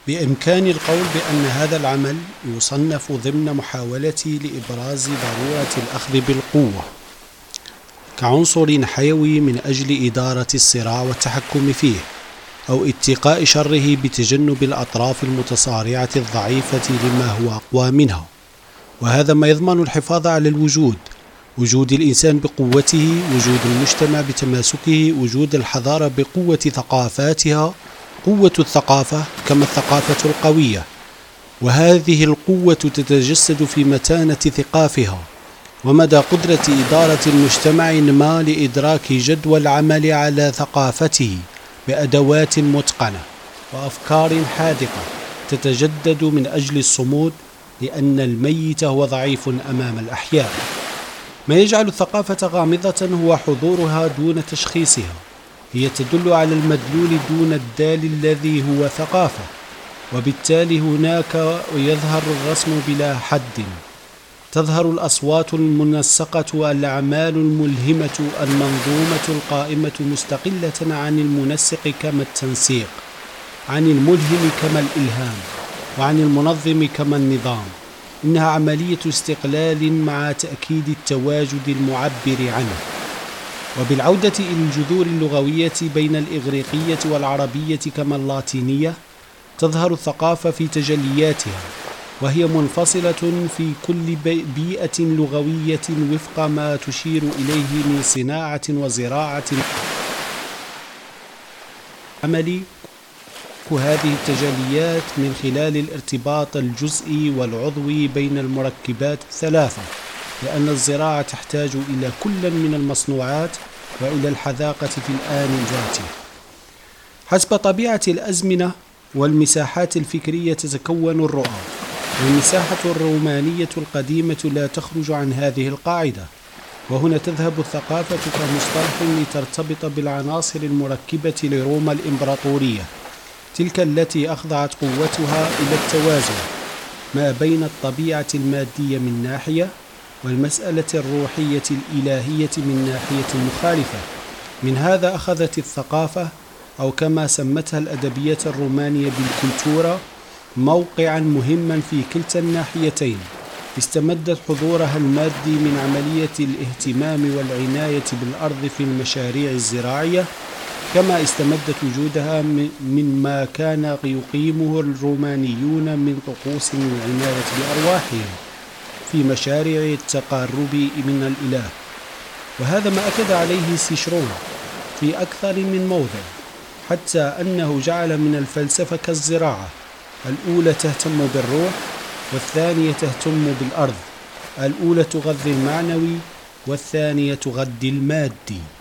بإمكاني القول بأن هذا العمل يصنف ضمن محاولتي لإبراز ضرورة الأخذ بالقوة كعنصر حيوي من أجل إدارة الصراع والتحكم فيه، أو اتقاء شره بتجنب الأطراف المتصارعة الضعيفة لما هو أقوى منها. وهذا ما يضمن الحفاظ على وجود الإنسان بقوته، وجود المجتمع بتماسكه، وجود الحضارة بقوة ثقافاتها، قوة الثقافة كما الثقافة القوية، وهذه القوة تتجسد في متانة ثقافها ومدى قدرة إدارة المجتمع ما لإدراك جدوى العمل على ثقافته بأدوات متقنة وأفكار حاذقة تتجدد من أجل الصمود، لأن الميت هو ضعيف أمام الأحياء. ما يجعل الثقافة غامضة هو حضورها دون تشخيصها. هي تدل على المدلول دون الدال الذي هو ثقافة، وبالتالي هناك يظهر الرسم بلا حد، تظهر الأصوات المنسقة، الأعمال الملهمة، المنظومة القائمة مستقلة عن المنسق كما التنسيق، عن الملهم كما الإلهام، وعن المنظم كما النظام. إنها عملية استقلال مع تأكيد التواجد المعبر عنه. وبالعودة إلى الجذور اللغوية بين الإغريقية والعربية كما اللاتينية، تظهر الثقافة في تجلياتها، وهي منفصلة في كل بيئة لغوية وفق ما تشير إليه من صناعة وزراعة عمل. هذه التجليات من خلال الارتباط الجزئي والعضوي بين المركبات الثلاثة، لأن الزراعة تحتاج إلى كل من المصنوعات وإلى الحذاقة في الآن ذاته. حسب طبيعة الأزمنة والمساحات الفكرية تتكون الرؤى، والمساحة الرومانية القديمة لا تخرج عن هذه القاعدة. وهنا تذهب الثقافة كمصطلح لترتبط بالعناصر المركبة لروما الإمبراطورية، تلك التي أخضعت قوتها إلى التوازن ما بين الطبيعة المادية من ناحية والمسألة الروحية الإلهية من ناحية مخالفة. من هذا أخذت الثقافة، أو كما سمتها الأدبية الرومانية بالكولتورا، موقعا مهما في كلتا الناحيتين. استمدت حضورها المادي من عملية الاهتمام والعناية بالأرض في المشاريع الزراعية، كما استمدت وجودها مما كان يقيمه الرومانيون من طقوس العناية بأرواحهم في مشاريع التقرب من الإله. وهذا ما أكد عليه سيشرون في أكثر من موضع، حتى أنه جعل من الفلسفة كالزراعة، الأولى تهتم بالروح والثانية تهتم بالأرض، الأولى تغذي المعنوي والثانية تغذي المادي.